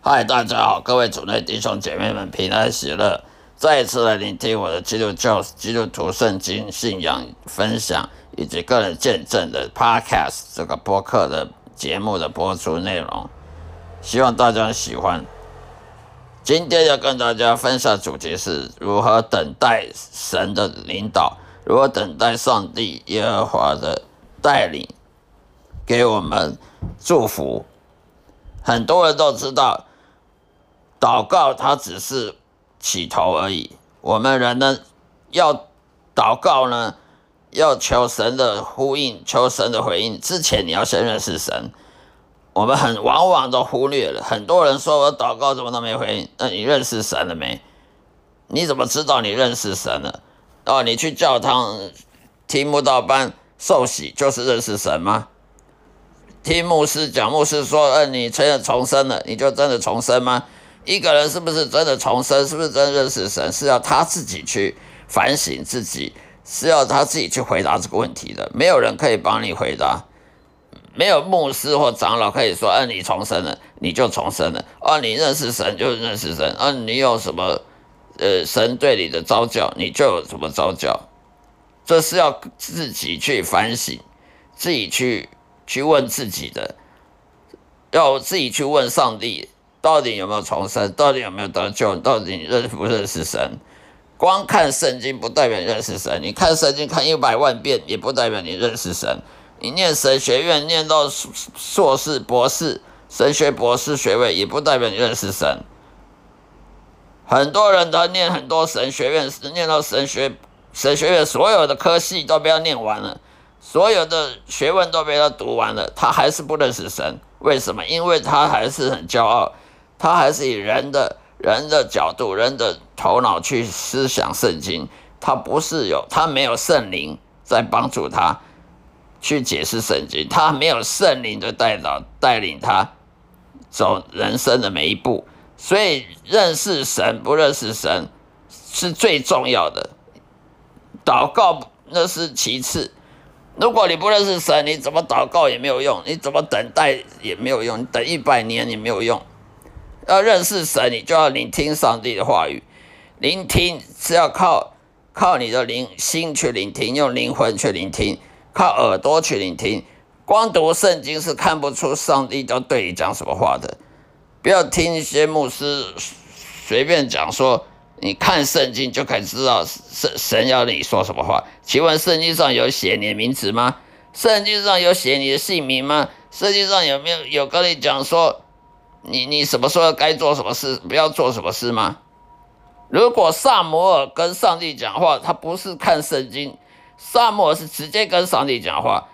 嗨，大家好，各位主内弟兄姐妹们，平安喜乐！再一次来聆听我的基督徒圣经信仰分享以及个人见证的 Podcast 这个播客的节目的播出内容，希望大家喜欢。今天要跟大家分享主题是如何等待神的领导，如何等待上帝耶和华的带领，给我们祝福。很多人都知道，祷告它只是起头而已。我们人呢，要祷告呢，要求神的呼应，求神的回应之前，你要先认识神。我们往往都忽略了。很多人说我祷告怎么都没回应，那你认识神了没？你怎么知道你认识神了？你去教堂听慕道班受洗就是认识神吗？听牧师讲，牧师说，你真的重生了，你就真的重生吗？一个人是不是真的重生，是不是真的认识神，是要他自己去反省自己，是要他自己去回答这个问题的。没有人可以帮你回答，没有牧师或长老可以说，你重生了，你就重生了。你认识神就认识神，你有什么神对你的召教，你就有什么召教。这是要自己去反省，自己去问自己的，要自己去问上帝，到底有没有重生，到底有没有得救，到底你认不认识神。光看圣经不代表你认识神，你看圣经看100万遍也不代表你认识神。你念神学院念到硕士博士神学博士学位也不代表你认识神。很多人都念很多神学院，念到神学院所有的科系都被他念完了，所有的学问都被他读完了，他还是不认识神。为什么？因为他还是很骄傲，他还是以人的角度、人的头脑去思想圣经，他没有圣灵在帮助他去解释圣经，他没有圣灵的带领他走人生的每一步。所以认识神不认识神是最重要的，祷告那是其次。如果你不认识神，你怎么祷告也没有用，你怎么等待也没有用，你等100年也没有用。要认识神，你就要聆听上帝的话语。聆听是要靠你的心去聆听，用灵魂去聆听，靠耳朵去聆听。光读圣经是看不出上帝要对你讲什么话的。不要听一些牧师随便讲说，你看圣经就可以知道神要你说什么话。请问圣经上有写你的名字吗？圣经上有写你的姓名吗？圣经上有跟你讲说你什么时候该做什么事，不要做什么事吗？如果撒母耳跟上帝讲话，他不是看圣经，撒母耳是直接跟上帝讲话，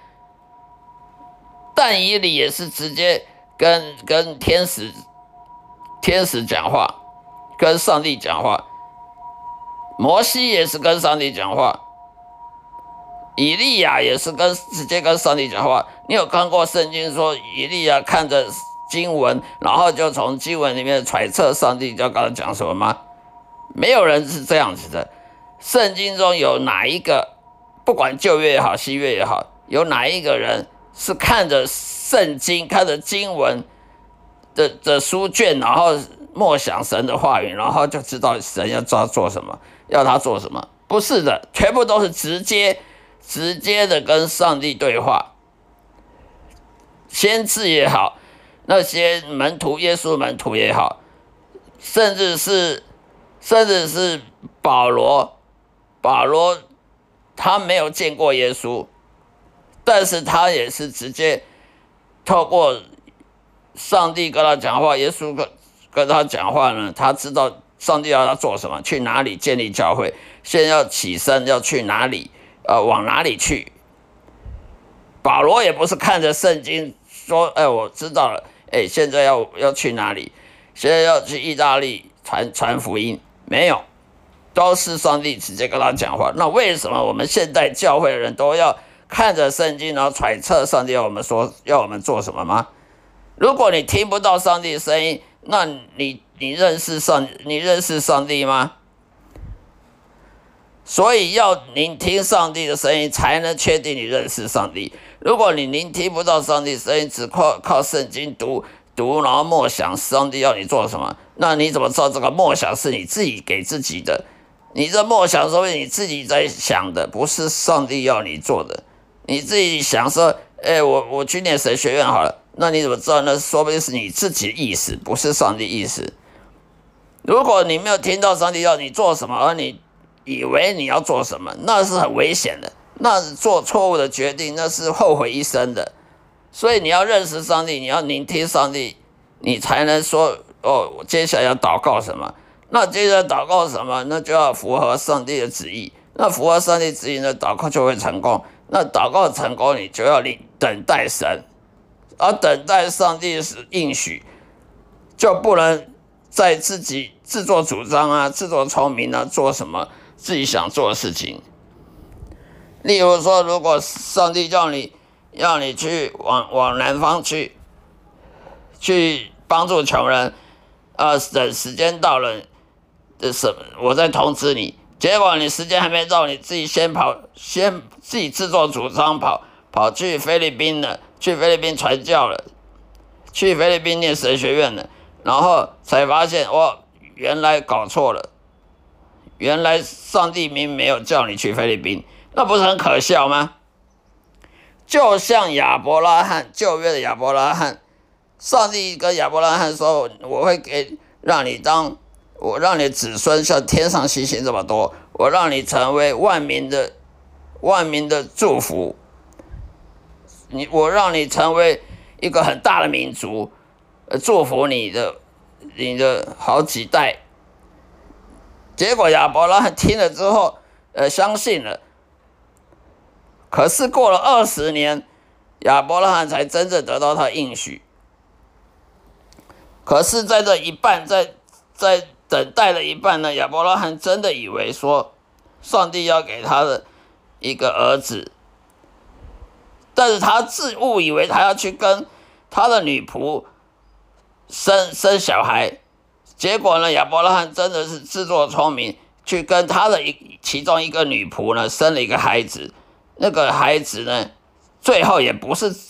但以理也是直接跟天使讲话，跟上帝讲话。摩西也是跟上帝讲话，以利亚也是直接跟上帝讲话。你有看过圣经说以利亚看着经文，然后就从经文里面揣测上帝要跟他讲什么吗？没有人是这样子的。圣经中有哪一个，不管旧约也好新约也好，有哪一个人是看着圣经看着经文的书卷，然后默想神的话语，然后就知道神要做什么，要他做什么？不是的，全部都是直接的跟上帝对话。先知也好，那些耶稣门徒也好，甚至是保罗他没有见过耶稣，但是他也是直接透过上帝跟他讲话，耶稣跟他讲话呢，他知道上帝要他做什么，去哪里建立教会，现在要起身要去哪里，往哪里去。保罗也不是看着圣经说，我知道了，现在要去哪里，现在要去意大利传福音，没有，都是上帝直接跟他讲话。那为什么我们现代教会的人都要看着圣经，然后揣测上帝要我们做什么吗？如果你听不到上帝的声音，那你认识上帝吗？所以要聆听上帝的声音，才能确定你认识上帝。如果你聆听不到上帝的声音，只靠圣经读读，然后默想上帝要你做什么。那你怎么知道这个默想是你自己给自己的？你这默想说明你自己在想的，不是上帝要你做的。你自己想说，我去念神学院好了，那你怎么知道？那说不定是你自己的意思，不是上帝意思。如果你没有听到上帝要你做什么，而你以为你要做什么，那是很危险的，那是做错误的决定，那是后悔一生的。所以你要认识上帝，你要聆听上帝，你才能说我接下来要祷告什么。那接下来祷告什么？那就要符合上帝的旨意。那符合上帝旨意的祷告就会成功。那祷告成功，你就要等待神，而等待上帝是应许，就不能再自己自作主张啊、自作聪明啊，做什么自己想做的事情。例如说，如果上帝要你去往南方去帮助穷人，等时间到了，我再通知你。结果你时间还没到，你自己先自己自作主张跑去菲律宾了，去菲律宾传教了，去菲律宾念神学院了，然后才发现原来搞错了，原来上帝明明没有叫你去菲律宾，那不是很可笑吗？就像亚伯拉罕，旧约的亚伯拉罕，上帝跟亚伯拉罕说，我会让你子孙像天上星星这么多，我让你成为万民的祝福，我让你成为一个很大的民族，祝福你的好几代。结果亚伯拉罕听了之后，相信了。可是过了20年，亚伯拉罕才真正得到他应许。可是在这一半，在等待了一半呢，亚伯拉罕真的以为说，上帝要给他的一个儿子，但是他自误以为他要去跟他的女仆生小孩，结果呢，亚伯拉罕真的是自作聪明，去跟他的其中一个女仆呢生了一个孩子。那个孩子呢，最后也不是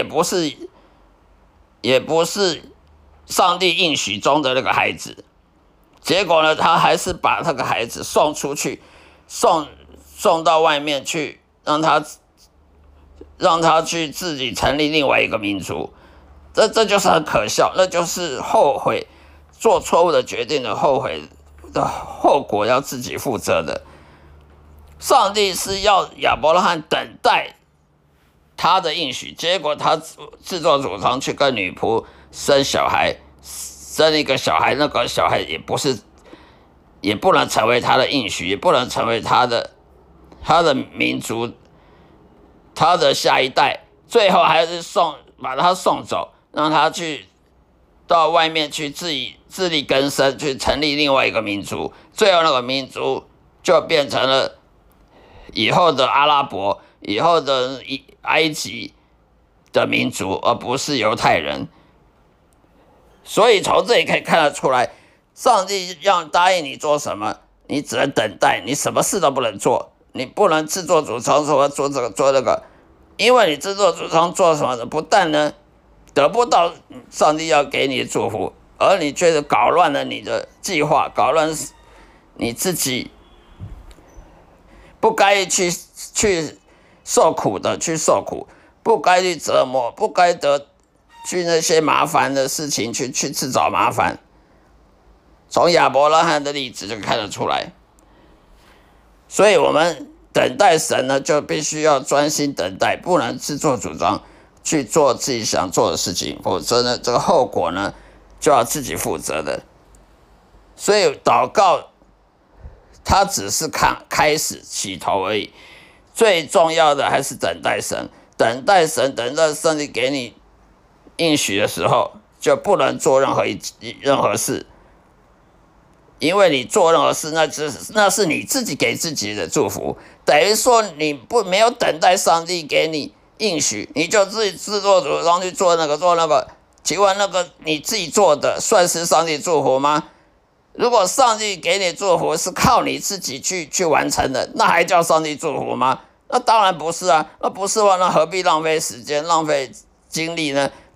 上帝应许中的那个孩子。结果呢，他还是把那个孩子送出去，送到外面去，让他去自己成立另外一个民族。这就是很可笑，那就是后悔做错误的决定的后悔的后果要自己负责的。上帝是要亚伯拉罕等待他的应许，结果他自作主张去跟女仆生小孩，生一个小孩，那个小孩也不能成为他的应许，也不能成为他的民族，他的下一代，最后还是把他送走，让他去到外面去自力更生，去成立另外一个民族，最后那个民族就变成了以后的阿拉伯，以后的埃及的民族，而不是犹太人。所以从这里可以看得出来，上帝要答应你做什么，你只能等待，你什么事都不能做，你不能自作主张说做这个做那个，因为你自作主张做什么的，不但呢得不到上帝要给你的祝福，而你却是搞乱了你的计划，搞乱你自己不该去受苦的去受苦，不该去折磨，不该去那些麻烦的事情去自找麻烦。从亚伯拉罕的例子就看得出来。所以我们等待神呢，就必须要专心等待，不能自作主张去做自己想做的事情，否则呢，这个后果呢就要自己负责的。所以祷告它只是开始起头而已，最重要的还是等待神，等待神，等到上帝给你应许的时候，就不能做任何事，因为你做任何事，那是你自己给自己的祝福，等于说你没有等待上帝给你应许，你就自己自作主张去做那个，请问那个你自己做的算是上帝祝福吗？如果上帝给你祝福是靠你自己去完成的，那还叫上帝祝福吗？那当然不是啊，那不是话，那何必浪费时间、浪费精力呢？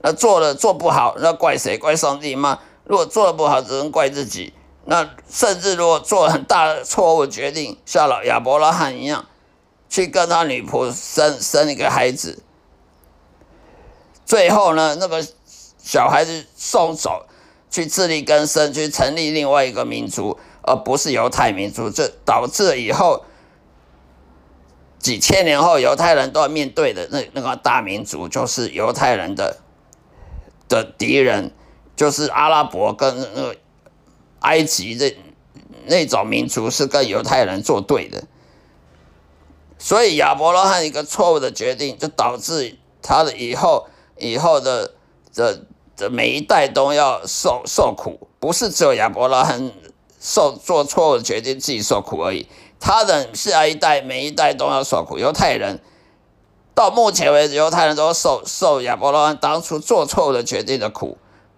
那做不好，那怪谁？怪上帝吗？如果做得不好，只能怪自己。那甚至如果做了很大的错误决定，像亚伯拉罕一样，去跟他女仆生一个孩子，最后呢，那个小孩子送走，去自力更生，去成立另外一个民族，而不是犹太民族，这导致以后几千年后犹太人都要面对的那个大民族，就是犹太人的敌人，就是阿拉伯跟那个埃及的那种民族是跟犹太人作对的。所以亚伯拉罕一个错误的决定，就导致他的以后的每一代都要受苦，不是只有亚伯拉罕做错误的决定自己受苦而已，他的下一代每一代都要受苦。犹太人到目前为止，犹太人都受亚伯拉罕当初做错误的决定的苦，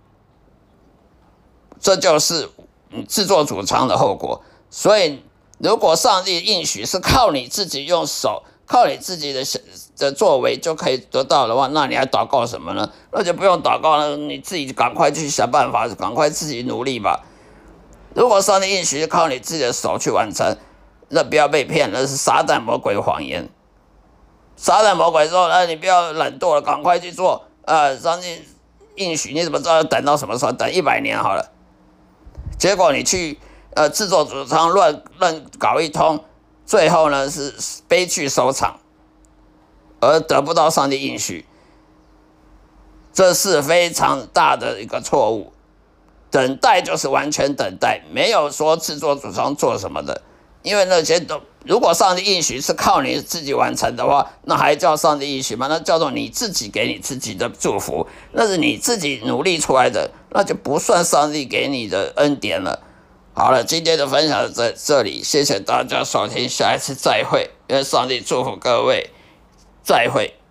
这就是自作主张的后果。所以如果上帝应许是靠你自己用手，靠你自己的作为就可以得到的话，那你还祷告什么呢？那就不用祷告了，你自己赶快去想办法，赶快自己努力吧。如果上帝应许是靠你自己的手去完成，那不要被骗，那是撒旦魔鬼谎言。撒旦魔鬼说：“你不要懒惰了，赶快去做。上帝应许，你怎么知道要等到什么时候？等100年好了。结果你去自作主张，乱搞一通，最后呢是悲剧收场，而得不到上帝应许，这是非常大的一个错误。等待就是完全等待，没有说自作主张做什么的，因为那些如果上帝应许是靠你自己完成的话，那还叫上帝应许吗？那叫做你自己给你自己的祝福，那是你自己努力出来的，那就不算上帝给你的恩典了。好了，今天的分享在这里，谢谢大家收听，下一次再会，愿上帝祝福各位，再会。